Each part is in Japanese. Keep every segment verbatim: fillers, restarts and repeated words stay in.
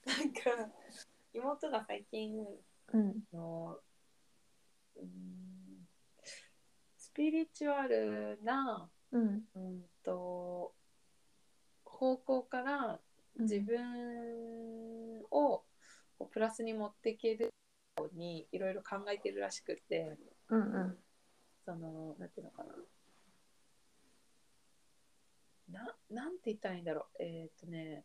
なんか妹が最近うんのうーんスピリチュアルな、 うんうんと方向から自うん分をこうプラスに持っていけるようにいろいろ考えてるらしくて、 うんうんそのなんていうのかな、な、なんて言ったらいいんだろう、えーっとね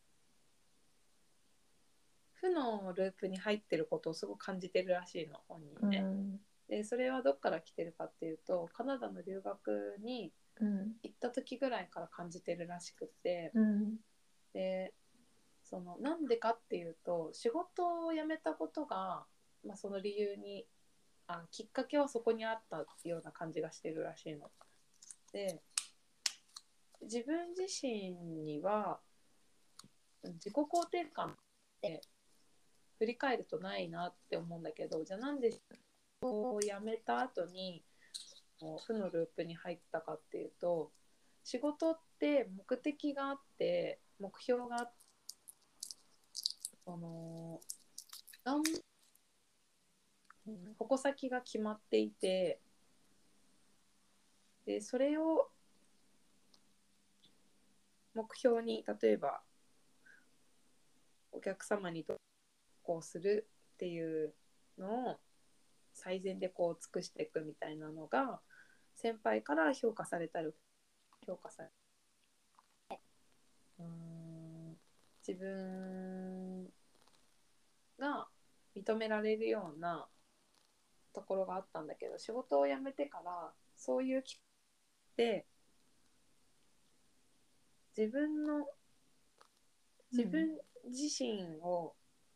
負のループに入ってることをすごく感じてるらしいの、本人ね。 うんでそれはどっから来てるかっていうと、カナダの留学にうん行った時ぐらいから感じてるらしくて、 うんでそのなんでかっていうと、仕事を辞めたことが、まあ、その理由にあきっかけはそこにあったような感じがしてるらしいので、自分自身には自己肯定感って振り返るとないなって思うんだけど、じゃあなんで仕事を辞めた後に負のループに入ったかっていうと、仕事って目的があって目標があって、その矛先が決まっていて、でそれを目標に、例えばお客様にどうこうするっていうのを最善でこう尽くしていくみたいなのが先輩から評価されたり評価されうーん自分が認められるようなところがあったんだけど、仕事を辞めてからそういう機会で自分の自分自身を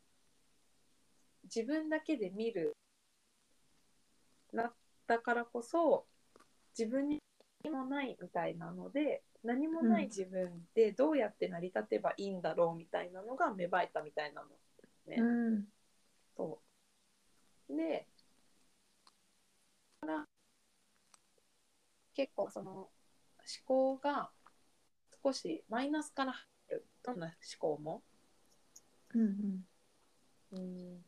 自分だけで見るなったからこそ、自分に何もないみたいなので、何もない自分でどうやって成り立てばいいんだろうみたいなのが芽生えたみたいなのね。 うんそうで結構その思考が少しマイナスから入る、どんな思考も。 うんうん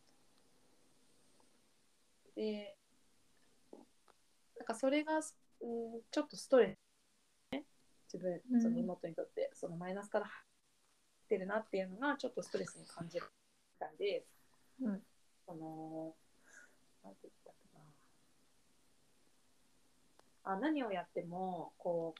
でなんかそれが、うん、ちょっとストレス、自分その妹にとってそのマイナスから入ってるなっていうのがちょっとストレスに感じるみたいで、 うんそのなんて言ったかなあ、何をやってもこ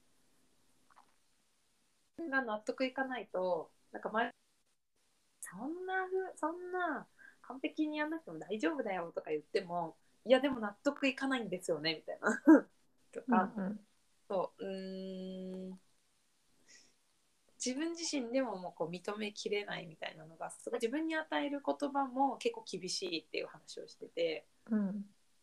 うが納得いかないと、なんか前そんなふそんな完璧にやんなくても大丈夫だよとか言っても、いやでも納得いかないんですよねみたいなとか、 うんそううーん自分自身でももうこう認めきれないみたいなのがすごい、自分に与える言葉も結構厳しいっていう話をしてて、 うん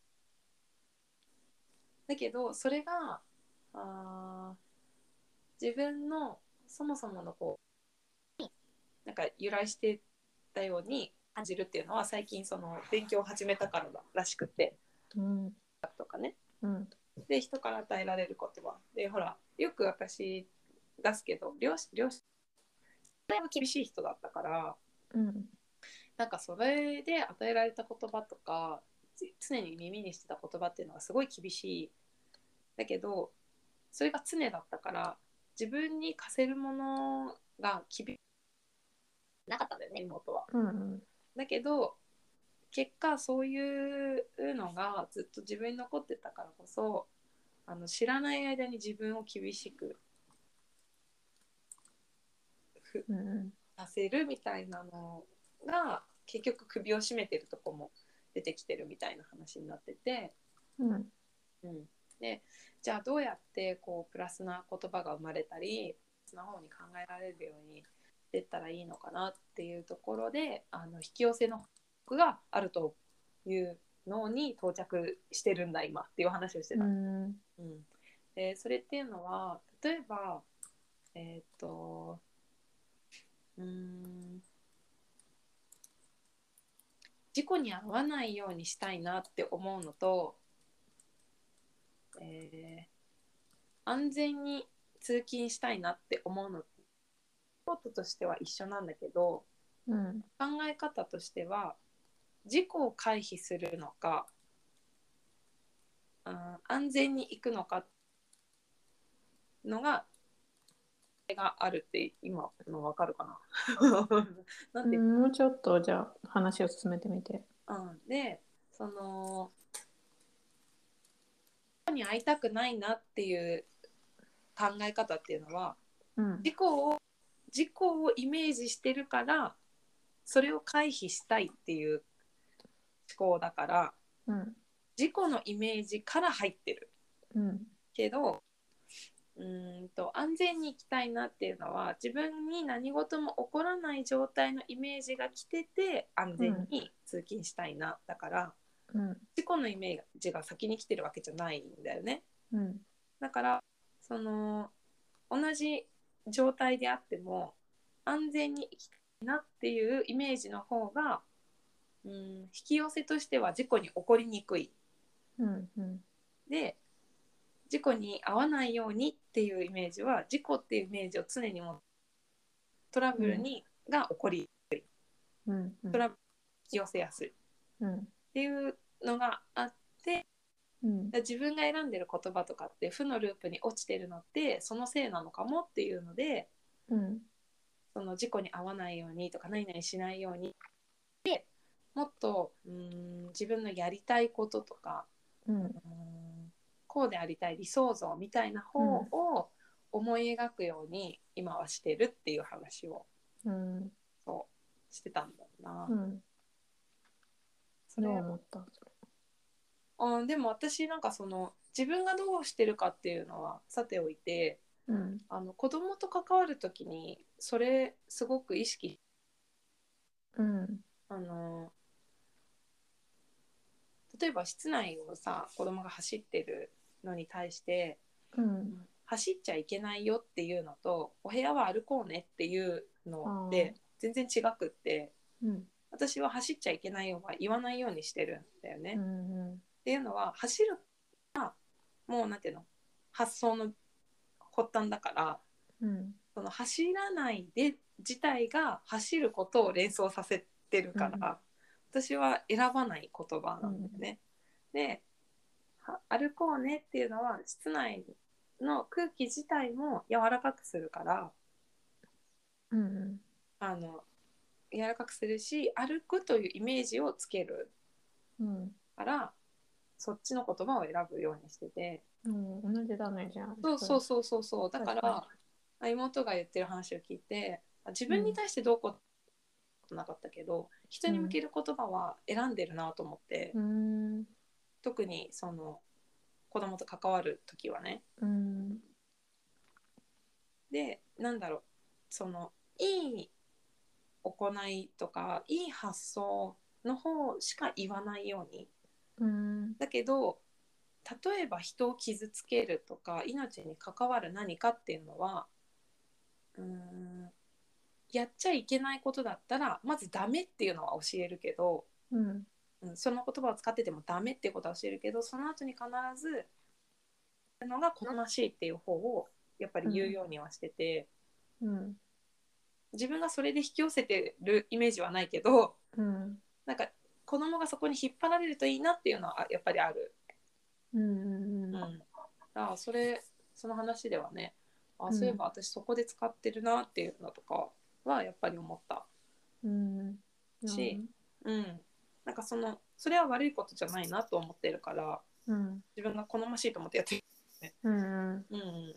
だけどそれがあ自分のそもそものこうなんか由来してたように感じるっていうのは、最近その勉強を始めたからだらしくて、 うんとかね、 うんで人から与えられる言葉で、ほらよく私出すけど、両親両親が厳しい人だったから、 うんなんかそれで与えられた言葉とか常に耳にしてた言葉っていうのがすごい厳しい。だけどそれが常だったから、自分に課せるものが厳しくなかったんだよね、妹は。 うんだけど結果そういうのがずっと自分に残ってたからこそ、あの知らない間に自分を厳しくうんさせるみたいなのが結局首を絞めてるとこも出てきてるみたいな話になってて、 うんうん、でじゃあどうやってこうプラスな言葉が生まれたりプラスな方に考えられるように出たらいいのかなっていうところで、あの引き寄せの法があるというのに到着してるんだ今っていう話をしてた。 うんうんでそれっていうのは、例えばえっ、とうーん事故に遭わないようにしたいなって思うのと、えー安全に通勤したいなって思うの、こととしては一緒なんだけど、 うん考え方としては事故を回避するのか、うん、安全に行くのかのががあるって今の分かるかななんて、 うん、もうちょっとじゃあ話を進めてみて。 うん、でそのに会いたくないなっていう考え方っていうのはうん事故を事故をイメージしてるからそれを回避したいっていう思考だからうん事故のイメージから入ってるうんけど、うーんと安全に行きたいなっていうのは自分に何事も起こらない状態のイメージが来てて安全に通勤したいな、だからうん事故のイメージが先に来てるわけじゃないんだよね。 うんだからその同じ状態であっても安全に生きたいなっていうイメージの方が、うん、引き寄せとしては事故に起こりにくい。 うんうんで事故に遭わないようにっていうイメージは事故っていうイメージを常にもトラブルに、が起こりうんうんトラブル引き寄せやすいっうんていうのがあって、 うん自分が選んでる言葉とかって負のループに落ちてるのってそのせいなのかもっていうので、 うんその事故に遭わないようにとか何々しないようにもっとうーん自分のやりたいこととか、 うんうーんこうでありたい理想像みたいな方を思い描くように今はしてるっていう話をうんそうしてたんだよな。 うんそれどう思ったそれ。 あでも私なんかその自分がどうしてるかっていうのはさておいて、 うんあの子供と関わるときにそれすごく意識、 うんあの例えば室内をさ子供が走ってるのに対して、 うん走っちゃいけないよっていうのとお部屋は歩こうねっていうのあーって全然違くって、 うん私は走っちゃいけないよは言わないようにしてるんだよね。 うっんていうのは走るもうなんていうの発想の発端だから、 うんその走らないで自体が走ることを連想させてるから、私は選ばない言葉なんだよね。で歩こうねっていうのは室内の空気自体も柔らかくするから、 うんあの柔らかくするし歩くというイメージをつけるうんからそっちの言葉を選ぶようにしてて、 うん同じだねじゃあ。 そうそうそうそうそうだか確ら妹が言ってる話を聞いて自うん分に対してどうこうことなかったけど人に向ける言葉は選んでるなと思って、 うん特にその子供と関わる時はね。 うんでなんだろうそのいい行いとかいい発想の方しか言わないように。 うんだけど例えば人を傷つけるとか命に関わる何かっていうのはうーんやっちゃいけないことだったらまずダメっていうのは教えるけど、 うんうん、その言葉を使っててもダメっていうことは教えるけどその後に必ずのが好ましいっていう方をやっぱり言うようにはしてて、 うん自分がそれで引き寄せてるイメージはないけどうんなんか子供がそこに引っ張られるといいなっていうのはやっぱりある。 うんうんうん、あそれその話ではねあうんそういえば私そこで使ってるなっていうのとかはやっぱり思ったうんし、うん、なんかそのそれは悪いことじゃないなと思ってるからうん自分が好ましいと思ってやってる、ね、 うんうん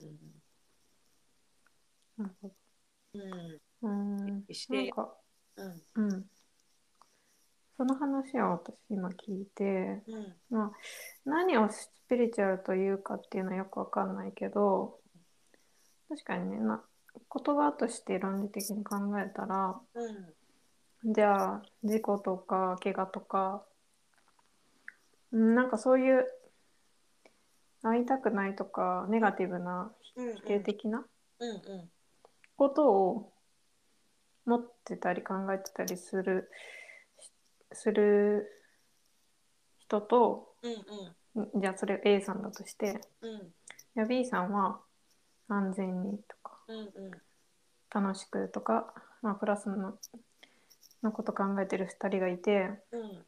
なるほど。 うんうんうんしてなんかうんうんその話は私今聞いて、 うんまあ、何をスピリチュアルというかっていうのはよくわかんないけど確かにねな言葉として論理的に考えたらうんじゃあ事故とか怪我とかうんなんかそういう会いたくないとかネガティブなうん否定的なうんうんことを持ってたり考えてたりするする人とうんんじゃあそれ A さんだとしてうんいや B さんは安全にとかうんうん楽しくとか、まあ、プラスののこと考えてるふたりがいて、 うん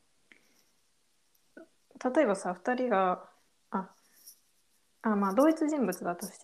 例えばさふたりがああまあ同一人物だとして、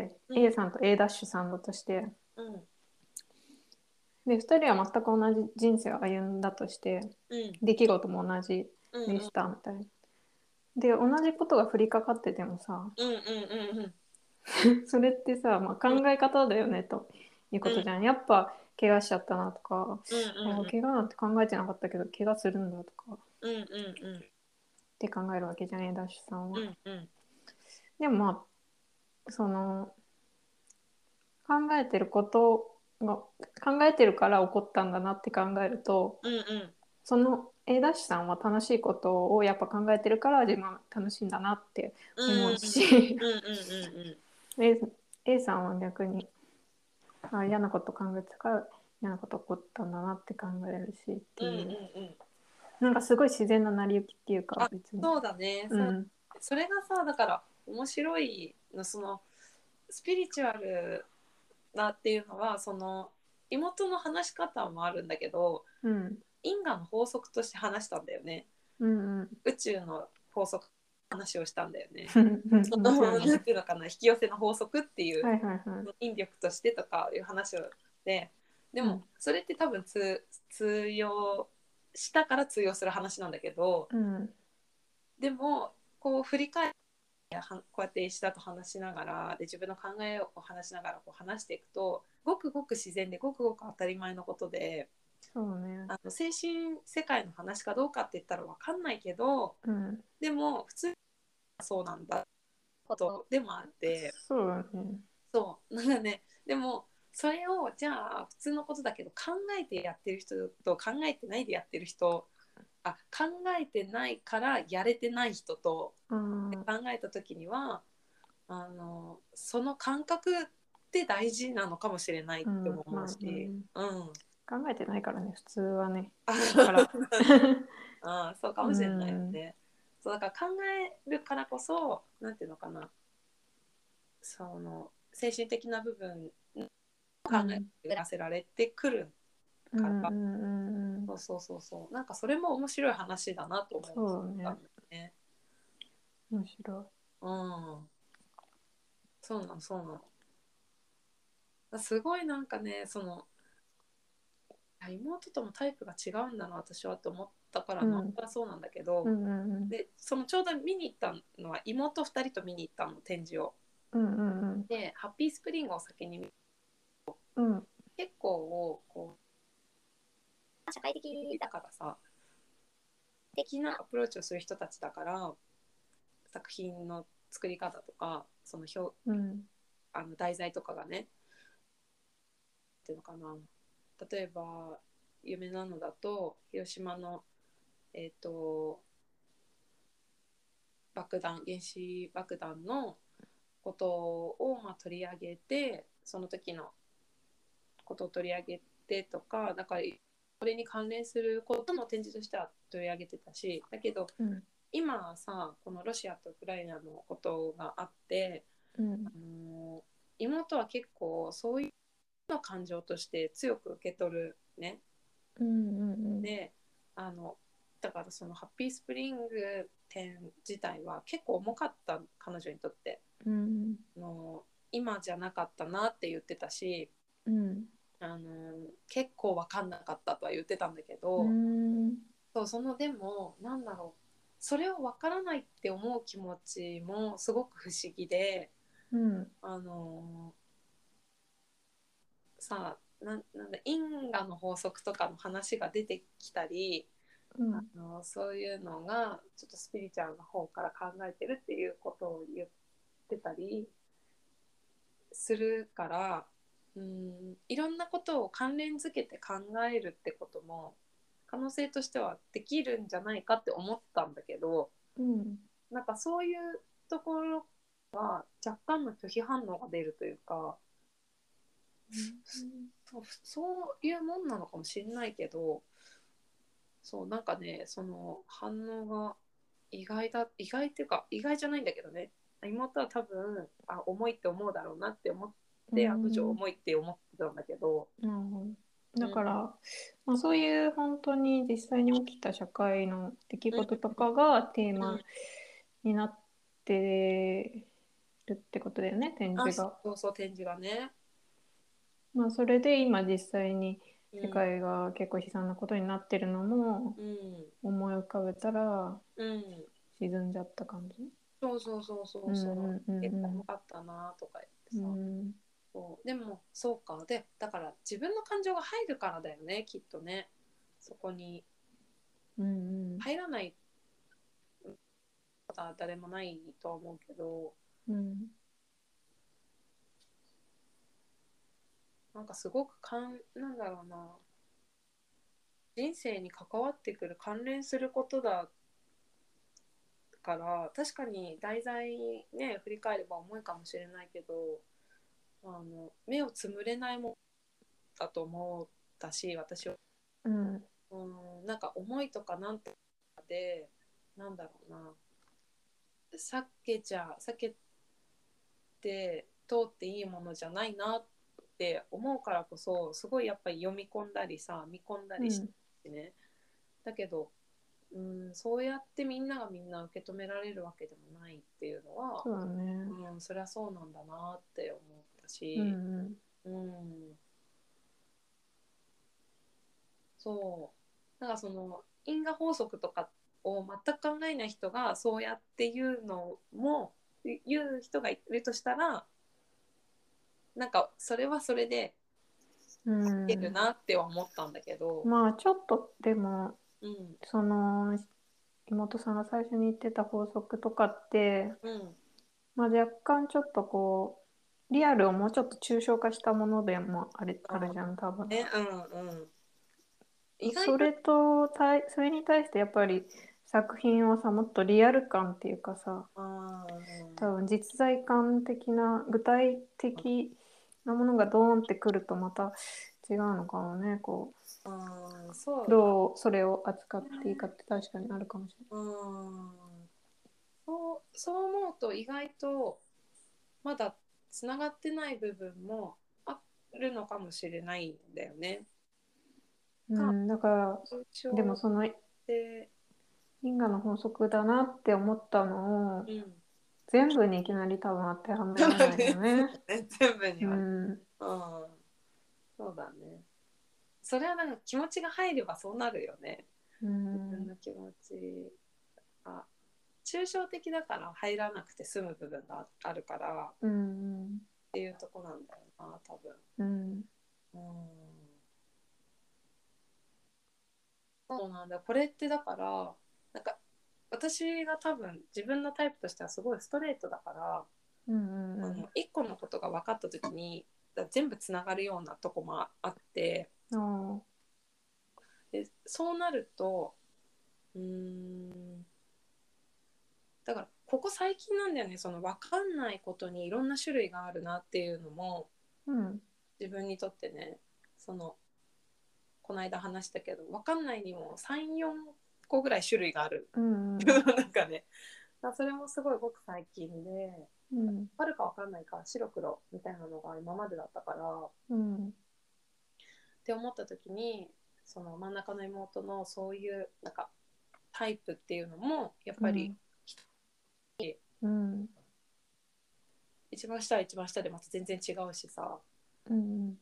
うん A さんと A' さんだとして、 うんでふたりは全く同じ人生を歩んだとして、 うん出来事も同じうんでしたみたいな。で同じことが降りかかっててもさ、 うんうんうんうんそれってさ、まあ、考え方だよねということじゃん。やっぱ怪我しちゃったなとか、 うんうんうんあ怪我なんて考えてなかったけど怪我するんだとかっうんうんて考えるわけじゃん、エダッシュさんは。 うんうんでもまあその考えてることが考えてるから起こったんだなって考えると、 うんうんその A ダッシュさんは楽しいことをやっぱ考えてるから自分は楽しいんだなって思ううんうんし、 うんうん A, A さんは逆にあ嫌なこと考えてたから嫌なこと起こったんだなって考えるしってうんうんいう、 うんなんかすごい自然な成り行きっていうかあ、 別に。 そうだね。そう、 うんそれがさ、だから面白いの、そのスピリチュアルなっていうのは、その妹の話し方もあるんだけど、 うん因果の法則として話したんだよね。 うんうん宇宙の法則話をしたんだよね。そ面白のいね。 なんていうのかな、引き寄せの法則っていうはいはいはい。 引力としてとかいう話をで、でもうんそれって多分通通用したから通用する話なんだけど、 うんでもこう振り返ってこうやって石田と話しながらで自分の考えを話しながらこう話していくと、ごくごく自然でごくごく当たり前のことで、 そうね。 あの精神世界の話かどうかって言ったら分かんないけど、 うんでも普通にそうなんだことでもあって、 そうだね。 そうなんかね、でもそれをじゃあ普通のことだけど考えてやってる人と考えてないでやってる人、あ考えてないからやれてない人とあ考えた時には、あのその感覚って大事なのかもしれないっうん、 て思うまあね。 し、うん、 考えてないからね、普通はね。 あだから。 あそうかうもしれないよん。 ね。そうだから考えるからこそ、なんていうのかな、その精神的な部分を考うんえらせられてくるうんうから、 んうんうん。 そうそうそうそう、なんかそれも面白い話だなと思ったそうね。 んだよね。 面白うん、そうなのそうなの。すごいなんかね、その妹ともタイプが違うんだな私はと思ったかい。 ら、 うん。 なおさらそうなんだけど、 うんうんうん。 でそのちょうど見に行ったのは妹ふたりと見に行ったの、展示を。 うんうんうん。 でハッピースプリングを先に見、 うん。 結構こう社会的だからさ、的なアプローチをする人たちだから、作品の作り方とかその表うん。 あの題材とかがね、っていうのかな、例えば有名なのだと広島のえっ、と爆弾原子爆弾のことをまあ取り上げて、その時のことを取り上げてとか、だからこれに関連することも展示としては取り上げてたし、だけどうん。 今さこのロシアとウクライナのことがあって、 うん。 あの妹は結構そういうの感情として強く受け取るね。 うんうんであのだからそのハッピースプリング展自体は結構重かった、彼女にとって。 うん。 の今じゃなかったなって言ってたし、 うん。 あの結構分かんなかったとは言ってたんだけうど、 ん。 そうそのでもなんだろう、それを分からないって思う気持ちもすごく不思議で、 うん。 あのさあななんだ因果の法則とかの話が出てきたり、あうん。 のそういうのがちょっとスピリチュアルの方から考えてるっていうことを言ってたりするから、うん、いろんなことを関連づけて考えるってことも可能性としてはできるんじゃないかって思ったんだけど、 うん。 なんかそういうところは若干の拒否反応が出るというか、そう、そういうもんなのかもしれないけど、そうなんかね、その反応が意外だ、意外っていうか意外じゃないんだけどね、妹は多分あ重いって思うだろうなって思って、あの女うん。 重いって思ってたんだけど、 なるほど。 だから、まあ、そういう本当に実際に起きた社会の出来事とかがテーマになってるってことだよね、展あ、 示が。 そうそう、展示がね。 まあ、それで今実際に世うん、 界が結構悲惨なことになってるのもうん、 思い浮かべたらうん。 沈んじゃった感じ。 そうそうそうそうんうそう。 うんうん結構うん。 重かったなとか言ってうさ。 んそうでも、そうか。で、だから自分の感情が入るからだよね、きっとね。そこにうん入らないことは誰もないとは思うけど、 うんなんかすごくかん、なんだろうな。人生に関わってくる、関連することだから、確かに題材ね、振り返れば重いかもしれないけど、あの目をつむれないものだと思ったし、私は。 うんうん、なんか思いとかなんとかで、なんだろうな、避けちゃ、避けて通っていいものじゃないなって思うからこそ、すごいやっぱり読み込んだりさ、見込んだりしうんてね。だけど、うん、そうやってみんながみんな受け止められるわけでもないっていうのは、 そうだね。 うん、そりゃそうなんだなって思ったうし、 んうん、そう。だからその因果法則とかを全く考えない人がそうやって言うのも言う人がいるとしたら、なんかそれはそれでういるん。 なって思ったんだけど、 まあちょっとでもうんその妹さんが最初に言ってた法則とかって、 うんまあ、若干ちょっとこうリアルをもうちょっと抽象化したものでもある、あるじゃん多分。 ねうんうん意外とそれと対それに対してやっぱり作品はさもっとリアル感っていうかさ多あ分実在感的な具体的なものがドーンってくるとまた違うのかもねこあそううだどうそれを扱っていいかねって確かにあるかもしれうんそうそう思うと意外とまだつながってない部分もあるのかもしれないんだよね。 ない。うかんだから通でも称そので、 因果の法則だなって思ったのをうん、 全部にいきなり多分当てはめそうられないよだね、そうね。 だね、全部にうはね。 んうん、そうだね。それはなんか気持ちが入ればそうなるよね。 う自分んの気持ちが抽象的だから入らなくて済む部分があるからっうんていうとこなんだよな、多分。 うんうん、そうなんだ。これってだからなんか私が多分自分のタイプとしてはすごいストレートだから、 うんうんあの一個のことが分かった時に全部つながるようなとこもあって、 うんでそうなるとうーんだからここ最近なんだよね、その分かんないことにいろんな種類があるなっていうのもうん自分にとってね、そのこの間話したけど分かんないにもさん、よんこぐらい種類がある。 うんうんなんかね、それもすごいごく最近で、 うん分かるか分かんないか白黒みたいなのが今までだったからっうんて思った時に、その真ん中の妹のそういうなんかタイプっていうのもやっぱりうん一番下は一番下でまた全然違うしさ、 うん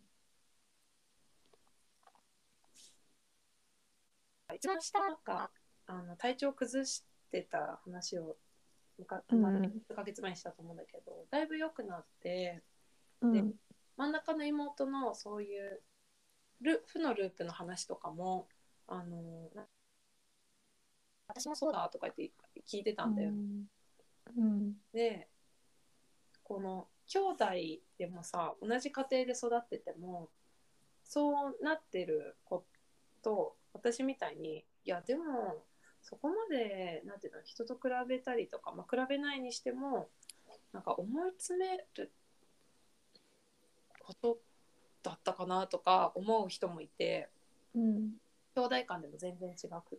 一番下があの体調を崩してた話をむか、まあ、 うん数ヶ月前にしたと思うんだけど、だいぶ良くなって、でうん真ん中の妹のそういうル負のループの話とかも、あの私もそうだとか言って聞いてたうんだよ。 んうんでこの兄弟でもさ、同じ家庭で育っててもそうなってる子と私みたいに、いやでもそこまでなんていうの、人と比べたりとか、まあ、比べないにしてもなんか思い詰めることだったかなとか思う人もいて、 うん兄弟間でも全然違くって、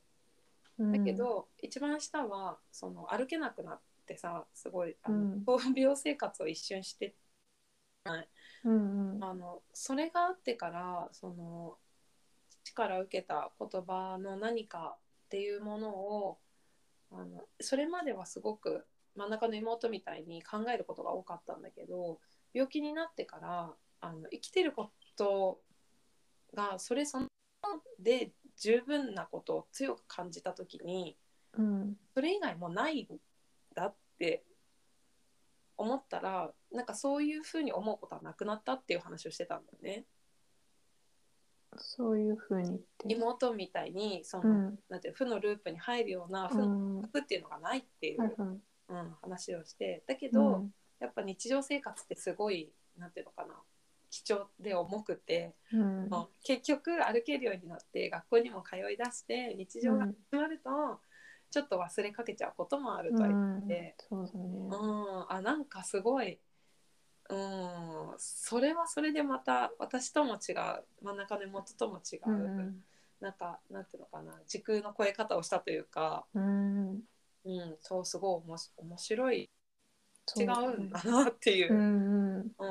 だけうんど一番下はその歩けなくなってさ、すごいあのうん闘病生活を一瞬してうんうんあのそれがあってからその父から受けた言葉の何かっていうものをあのそれまではすごく真ん中の妹みたいに考えることが多かったんだけど、病気になってからあの生きてることがそれそので十分なことを強く感じた時に、 うんそれ以外もないんだって思ったら、なんかそういうふうに思うことはなくなったっていう話をしてたんだよね。 そういうふうに言って。 妹みたいにその、 うん。 なんていう負のループに入るような負のうん。は負っていうのがないっていう、 いはい。 うん、話をして、だけどうんやっぱ日常生活ってすごいなんていうのかな、貴重で重くて、 うんもう結局歩けるようになって学校にも通い出して日常がうん始まるとちょっと忘れかけちゃうこともあるうとは言っん。 て、 そうだうね。 ん、あなんかすごい、うん、それはそれでまた私とも違う、真ん中の妹とも違う、 うんなんかなんていうのかな、時空の超え方をしたというか、 うんうん。 うん、そうすごいおもし面白い、違そうだね。 うんだなっていうう、 んうんうん、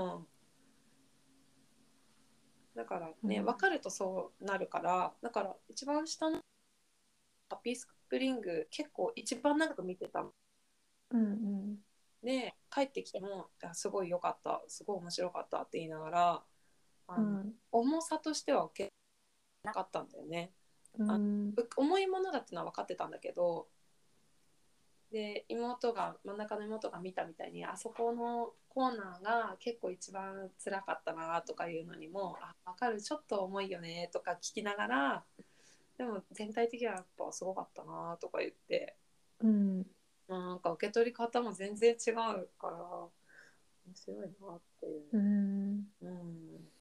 だからねうん分かるとそうなるから、だから一番下のハッピースプリング結構一番長く見てたのうんで、帰ってきてもすごい良かった、すごい面白かったって言いながら、あのうん重さとしては受けなかったんだよね。あうん重いものだってのは分かってたんだけど、で妹が真ん中の妹が見たみたいに、あそこのコーナーが結構一番辛かったなとかいうのにも、あ分かる、ちょっと重いよねとか聞きながら、でも全体的にはやっぱすごかったなとか言って、 うんなんか受け取り方も全然違うから面白いなっていう、 うん。 うん、